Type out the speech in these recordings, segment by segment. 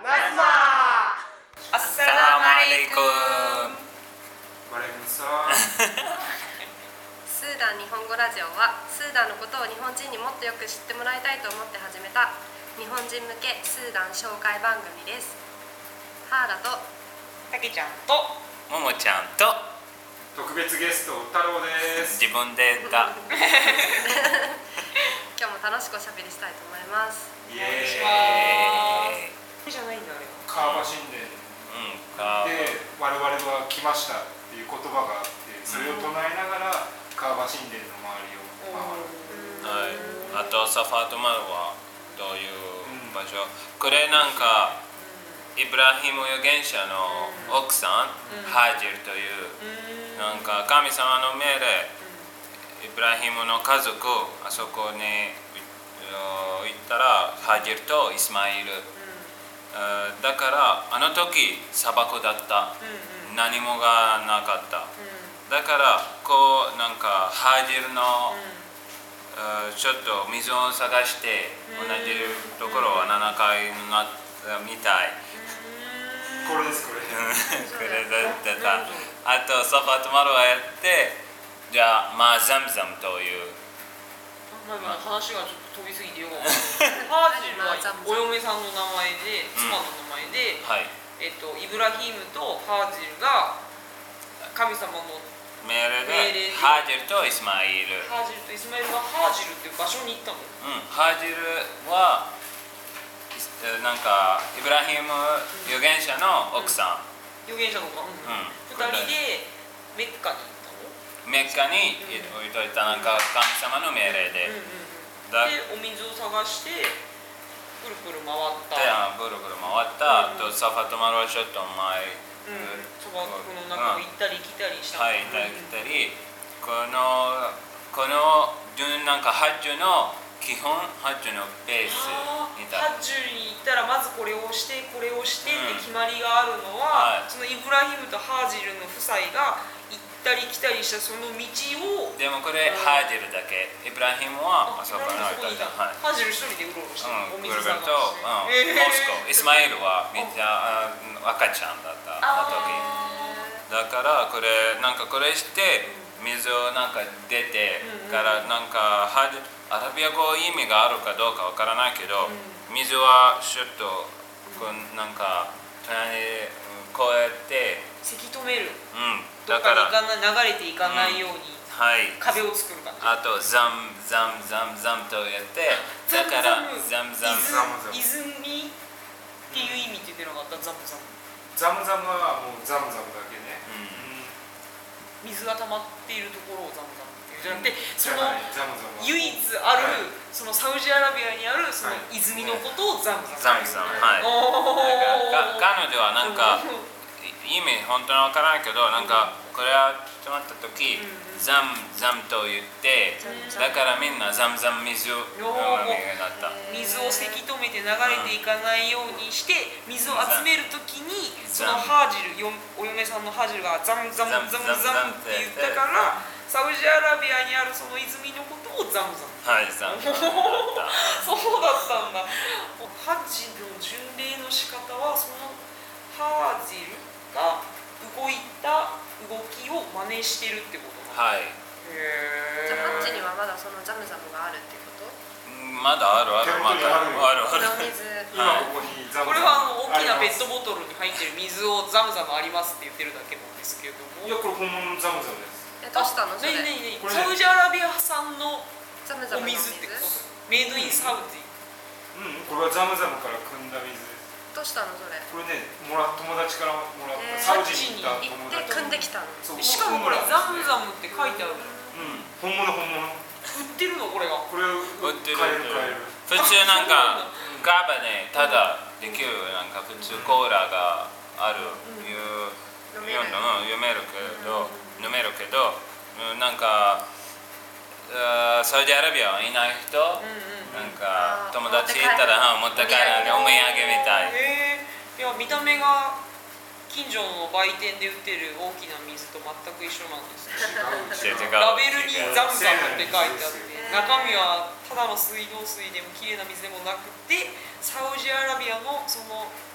アッサラムアレイクム。 スーダン日本語ラジオはスーダンのことを日本人にもっとよく知ってもらいたいと思って始めた日本人向けスーダン紹介番組です。ハーラとたけちゃんとももちゃんと特別ゲスト太郎です。 自分で言った今日も楽しくおしゃべりしたいと思います。 イエーイ。 じゃないんだね。 川場神殿で我々は来ましたっていう言葉があって、それを唱えながら川場神殿の周りを回る。 はい。あとサファートマルはどういう場所、これなんかイブラヒム預言者の奥さん、ハージルというなんか神様の命令、イブラヒムの家族あそこに行ったらハージルとイスマイル、だからあの時砂漠だった、何もがなかった、だからこうなんかハージルの、ちょっと水を探して同じところは7回みたい。 これですこれ。 これだった。あとサファトマルはやって、じゃあまあザムザムという。 まあ話がちょっと飛びすぎてよくわかんない。ハージルはお嫁さんの名前で、妻の名前で、イブラヒムとハージルが神様の命令でハージルとイスマイル。 ハージルとイスマイルがハージルっていう場所に行ったの。 ハージルはなんかイブラヒム預言者の奥さん。 預言者の奥さん。2人でメッカに行ったの？ メッカに置いといたなんか神様の命令で。 でお水を探してくるくる回った。 ぐるぐる回った。とサファトマルはちょっと前。 砂漠の中を行ったり来たりした。 はい、行ったり来たり。このなんかハッジュの基本ハッジュのベースにハッジュに行ったらまずこれをしてこれをしてって決まりがあるのは、そのイブラヒムとハージルの夫妻が行ったり来たりしたその道を。 でもこれハージルだけ、イブラヒムはあそこに置いといた。 ハージル一人でうろうろしてお水探してとモスコ、イスマイルはめっちゃ赤ちゃんだったあの時だからこれなんかこれして水をなんか出てからなんかアラビア語意味があるかどうかわからないけど、水はちょっとなんかこうやってせき止める、 だから流れていかないように壁を作る感じ。 あとザムザムザムザムとやってだからザムザム泉っていう意味って言ってなかった？ザムザムザムザムはもうザムザムだけね、 水が溜まっているところをザムザムっていうじゃなくて、その唯一ある、そのサウジアラビアにあるその泉のことをザムザム。 ザムザム、はい。彼女はなんか意味本当にわからないけど、なんかこれは止まった時、ザムザムと言って、だからみんなザムザム水を飲むようになった。 水をせき止めて流れていかないようにして水を集める時に、そのハージルお嫁さんのハージルがザムザムザムザムって言ったから、サウジアラビアにあるその泉のことをザムザム。 はい、ザムザム。 そうだったんだ。ハッジの巡礼の仕方はそのハージルが動いた動きを真似してるってことなの？ はい。 じゃあハッジにはまだそのザムザムがあるってこと？ まだあるあるまだある。 今ここにザムザム。 これは大きなペットボトルに入ってる水をザムザムありますって言ってるだけなんですけれども。 いやこれ本物のザムザムです。 どうしたのそれ？ サウジアラビア産のザムザムのお水ってこと？メイドインサウジ。 これはザムザムから汲んだ水です。 どうしたのそれ？ これね、友達からもらった。サウジに行った友達。 汲んできたの。 しかもこれザムザムって書いてある。 本物。 売ってるのこれが。 これを売ってる。 買える。 普通なんかガバね、ただできるなんか普通コーラがあるいう読めるけどなんかサウジアラビアはいない人、なんか友達いたら持って帰らないお土産みたい。 いや見た目が近所の売店で売ってる大きな水と全く一緒なんですけど、ラベルにザムザムって書いてあって、中身はただの水道水でもきれいな水でもなくて、サウジアラビアのその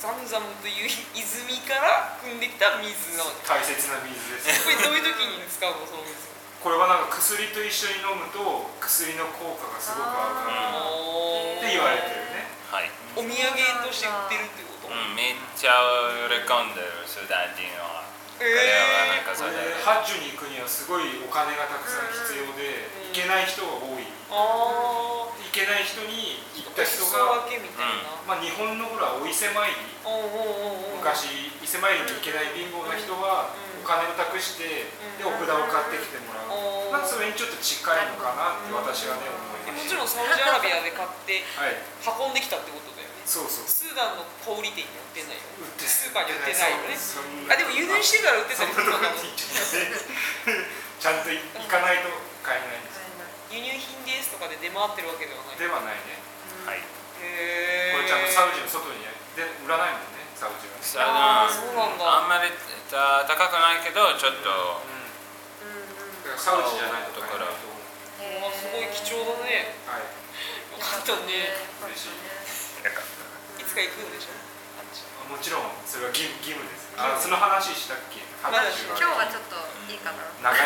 ザムザムという泉から汲んできた水なの。 大切な水です。 これどういう時に使うのその水？ これはなんか薬と一緒に飲むと薬の効果がすごく上がるって言われてるね。 はい。 お土産として売ってるってこと？ めっちゃ喜んでるスーダン人は。彼はなんかそれでハッジに行くにはすごいお金がたくさん必要で、行けない人が多い。行けない人に行った人が、まあ日本のほらお伊勢参り、昔伊勢参りに行けない貧乏な人はお金を託してでお札を買ってきてもらう。なんかそれにちょっと近いのかなって私はね思います。 もちろんサウジアラビアで買って運んできたってことだよね。 そうそう。 スーダンの小売店に売ってないよ。 売ってスーパーに売ってないよね。あ、でも輸入してから売ってたりするのかな。 ちゃんと行かないと買えないんです。 輸入品ですとかで出回ってるわけではない。 ではないね。 はい。 これちゃんとサウジの外にで売らないもんね、サウジは。 そうなんだ。 あんまり高くないけどちょっとサウジじゃないところ。 すごい貴重だね。 はい。 よかったね。 嬉しい。 いつか行くんでしょ。 もちろんそれは義務です。あ、その話したっけ？ 今日はちょっといいかな。 長い。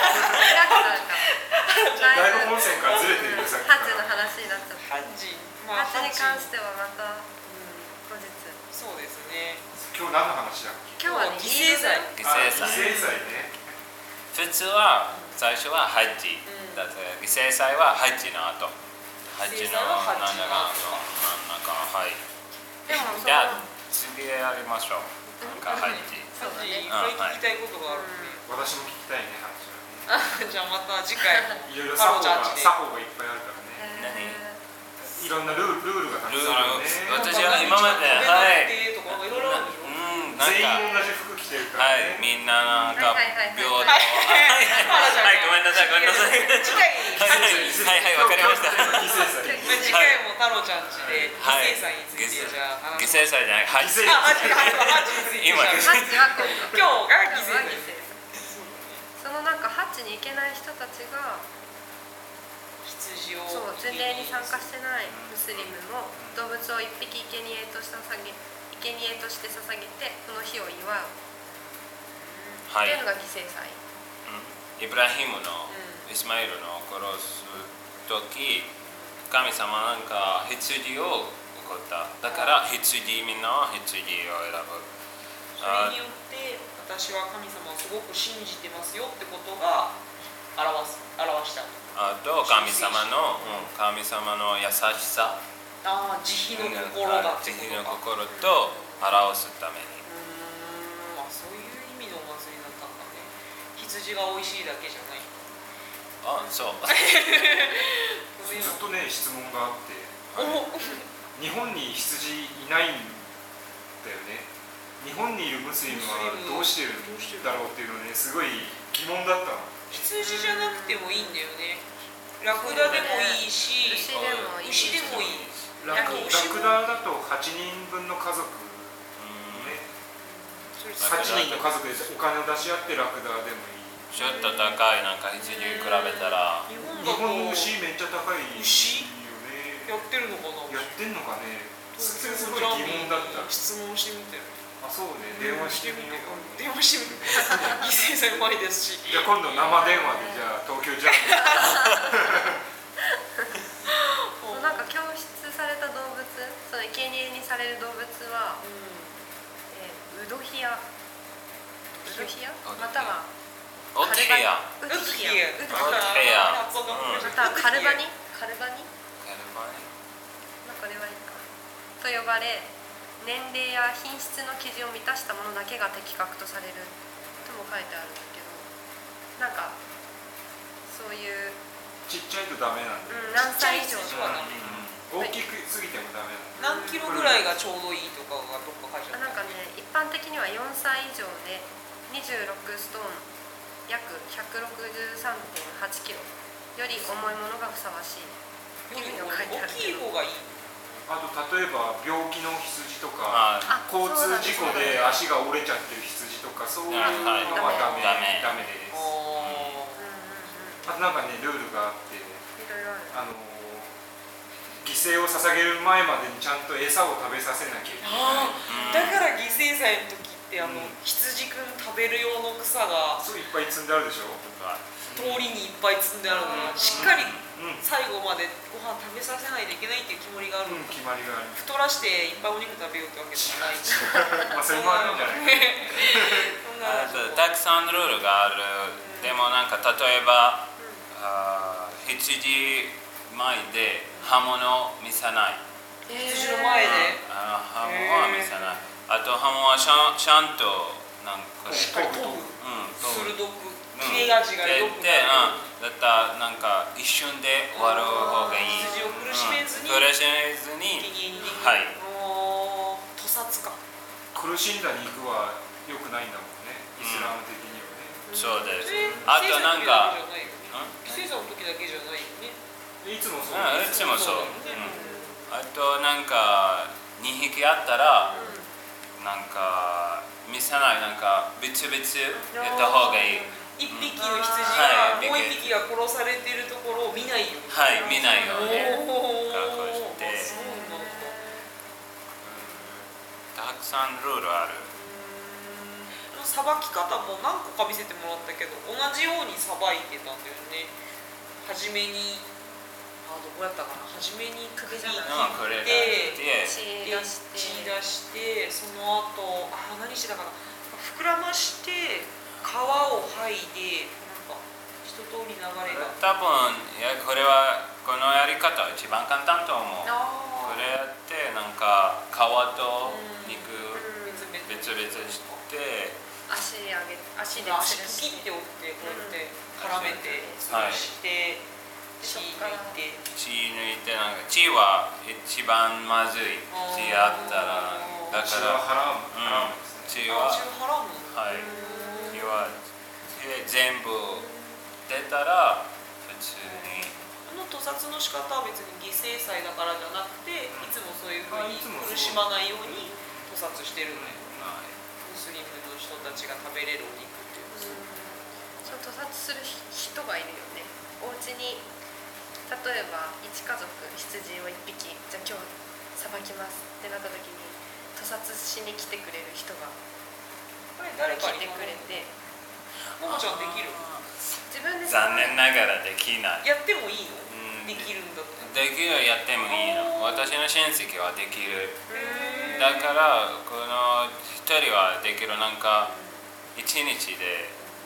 だいぶ本線からずれてるよさっきから。 ハッジの話になっちゃった。 ハッジに関してはまた後日。 そうですね。 今日何の話だっけ？ 今日は犠牲祭。 犠牲祭ね。 普通は最初はハッジだって犠牲祭はハッジの後。ハッジの真ん中はい。 でもじゃあ次やりましょう。なんかハッジ。 ハッジいっぱい聞きたいことがあるんで。 私も聞きたいね、ハッジ。 じゃあまた次回いろいろ作法がいっぱいあるからね。いろんなルールがたくさんあるね。 私は今まで全員同じ服着てるからね。 みんななんか平等。はいごめんなさい。 次回はいわかりました。 次回も太郎ちゃんちで犠牲祭についてじゃあ犠牲祭じゃないハッジ。 今ハッジは今日が犠牲祭。 そのなんかハッジに行けない人たちが羊をそう巡礼に参加してないムスリムも動物を一匹生贄として捧げてこの日を祝うっていうのが犠牲祭。 イブラヒムのイスマイルの殺す時神様なんか羊を起こった。だからみんなは羊を選ぶ。 それによって私は神様をすごく信じてますよってことが表した。 あと神様の優しさ。 慈悲の心だ。 慈悲の心と表すために。 そういう意味のお祭りだったんだね。羊が美味しいだけじゃない。 そう。 ずっとね質問があって、日本に羊いないんだよね。日本にいるムスリムはどうしてるんだろうっていうのねすごい疑問だったの。 羊じゃなくてもいいんだよね。ラクダでもいいし、牛でもいい。 ラクダだと8人分の家族ね。8人の家族でお金を出し合ってラクダでもいい。 ちょっと高いなんか羊に比べたら。 日本の牛めっちゃ高いよね。 やってるのかな。 やってんのかね。すごい疑問だった。 質問してみて。 そうね、電話してみようか。 電話してみて。犠牲祭うまいですし。 じゃあ今度生電話でじゃあ東京ジャンル。なんか教出された動物、その生贄にされる動物は、ウドヒヤまたはオテヒヤまたはカルバニこれはいいかと呼ばれ、年齢や品質の基準を満たしたものだけが適格とされるとも書いてあるんだけど、なんかそういうちっちゃいとダメなんだ。 何歳以上とか大きくすぎてもダメなんだ。 何キロぐらいがちょうどいいとかがどっか書いてある。 なんかね、一般的には4歳以上で26ストーン約 163.8 キロより重いものがふさわしいっていうふうに書いてある。 大きい方がいい。 あと例えば病気の羊とか交通事故で足が折れちゃってる羊とかそういうのはダメです。あとなんかねルールがあって、犠牲を捧げる前までにちゃんと餌を食べさせなきゃいけない。 祭の時って羊くん食べる用の草がそういっぱい積んであるでしょ。 通りにいっぱい積んであるからしっかり最後までご飯食べさせないといけないっていう決まりがある。 決まりがある。 太らしていっぱいお肉食べようってわけじゃないしまあそれもあるんじゃないたくさんルールがある。でもなんか例えば羊前で刃物見せない。 羊の前で刃物は見せない。あと刃物はちゃんとなんかしっかり研ぐ、鋭く切れ味が良くなる。 だったらなんか一瞬で終わる方がいい。 羊を苦しめずに、 苦しめずに、はい。 屠殺か。 苦しんだ肉は良くないんだもんね。イスラム的にはね。 そうです。あとなんか聖座の時だけじゃないよね。 いつもそう。 いつもそう。あとなんか2匹あったらなんか見せない、なんか別々やった方がいい。 一匹の羊がもう一匹が殺されているところを見ないように。 はい、見ないように隠して。たくさんルールある。 さばき方も何個か見せてもらったけど同じようにさばいてたんだよね。初めにどこやったかな、初めに首に切って血出してその後何してたかな、膨らまして皮を剥いでなんか一通り流れが多分これはこのやり方は一番簡単と思う。これやってなんか皮と肉別々して足で足プキって折ってこうやって絡めて潰して血抜いてなんか血は一番まずい。血あったらだから血はハラム。 血はハラム。 はい。血は全部出たら普通に。 屠殺の仕方は別に犠牲祭だからじゃなくていつもそういうふうに苦しまないように屠殺してるのよ。ムスリムの人たちが食べれるお肉っていう。 そう屠殺する人がいるよね。お家に例えば1家族羊を1匹じゃあ今日さばきますってなった時に屠殺しに来てくれる人が誰か来てくれて、 ももちゃんできる？ 自分で残念ながらできない。 やってもいいの？できるんだって。 できるやってもいいの。私の親戚はできる。だからこの一人はできる。なんか1日で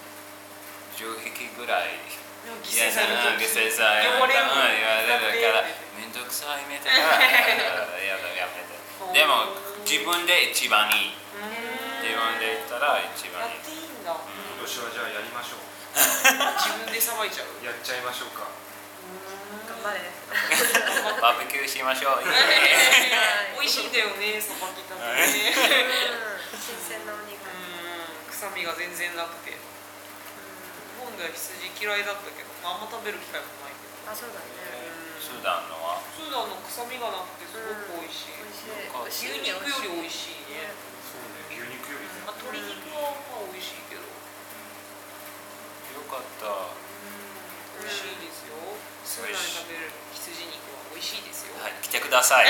10匹ぐらい犠牲祭の時言われるからめんどくさいみたいなやめて。でも自分で一番いい。自分で言ったら一番いい。 やっていいんだ。 今年はじゃあやりましょう。 自分でさばいちゃう。 やっちゃいましょうか。 頑張れ。 バーベキューしましょう。 美味しいんだよね、さばきたてね。 新鮮なお肉。 臭みが全然なくて。日本では羊嫌いだったけど、あんま食べる機会もないけど。 そうだね。 スーダンのは？ スーダンの臭みがなくてすごく美味しい。牛肉より美味しいね。 そうね、牛肉よりね。 鶏肉はまあ美味しいけど。 よかった。 美味しいですよ。スーダンで食べる羊肉は美味しいですよ。 はい、来てください。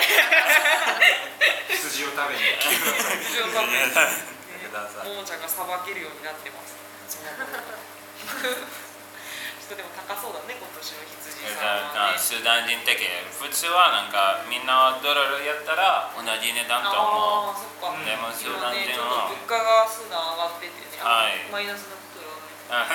羊を食べに。 羊を食べに。 来てください。 ももちゃんがさばけるようになってます。そのちょっとでも高そうだね、今年の羊さんはね。 スーダン人的に普通はなんかみんなドルやったら同じ値段と思う。 そっか。 でもスーダン人ちょっはと物価がスーダン上がっててね、マイナスなこと言わない。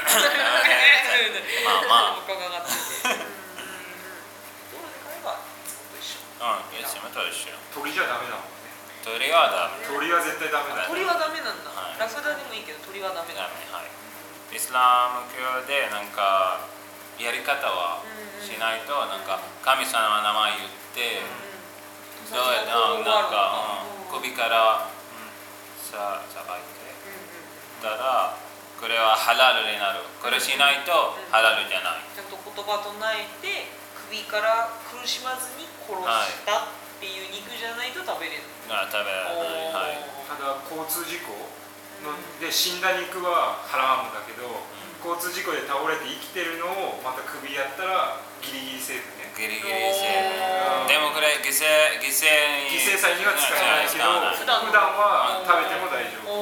まあ物価が上がってて。ドルで買えばいつもと一緒。 いつもと一緒。 鳥じゃダメだもんね。 鳥はダメ。 鳥は絶対ダメだ。 鳥はダメなんだ。ラクダでもいいけど鳥はダメだ。 はい。イスラム教でなんかやり方はしないとなんか神様の名前言ってどうやってなんか首からさばいてたらこれはハラルになる。これしないとハラルじゃない。 ちゃんと言葉唱えて首から苦しまずに殺したっていう肉じゃないと食べれない。 食べられない。 ただ交通事故で死んだ肉はハラームだけど、交通事故で倒れて生きてるのをまた首やったらギリギリセーフね。 ギリギリセーフ。でもこれ犠牲祭には使えないけど普段は食べても大丈夫。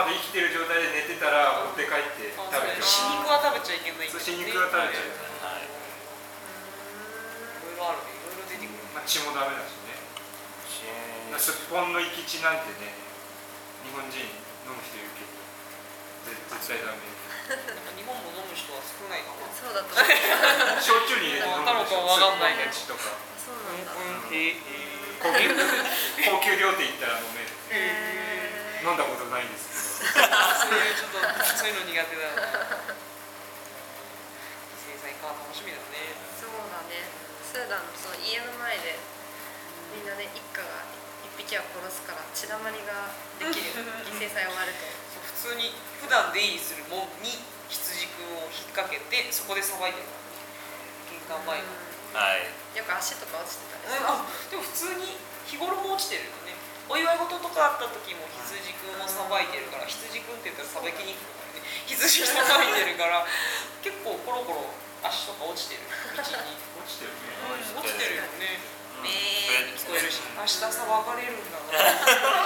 ま生きてる状態で寝てたら持って帰って食べて、 死肉は食べちゃいけないんだよね。 死肉は食べちゃいけない。 はい。 いろいろあるね、いろいろ出てくる。 血もダメだしね。すっぽんの生き血なんてね、日本人飲む人いるけど絶対ダメ。 日本も飲む人は少ないかな。 そうだと思う。 焼酎に入れて飲むでしょ。 わかんないね。 血とか。 そうなんだ。 高級料亭行ったら飲める。飲んだことないんですけど。 そういうの苦手だな。制裁か、楽しみだね。 そうだね。スーダンのその家の前でみんなね、一家が一匹は殺すから血だまりができる犠牲祭終わると。 普通に普段出入りする門に羊くんを引っ掛けてそこでさばいてるから玄関前の。 はい。 よく足とか落ちてたりする。 でも普通に日頃も落ちてるよね。お祝い事とかあった時も羊くんをさばいてるから、羊くんって言ったらさばきにくくなるね。羊さばいてるから結構コロコロ足とか落ちてる道に。 落ちてるね。 落ちてるよね。聞こえるし、明日さばかれるんだな。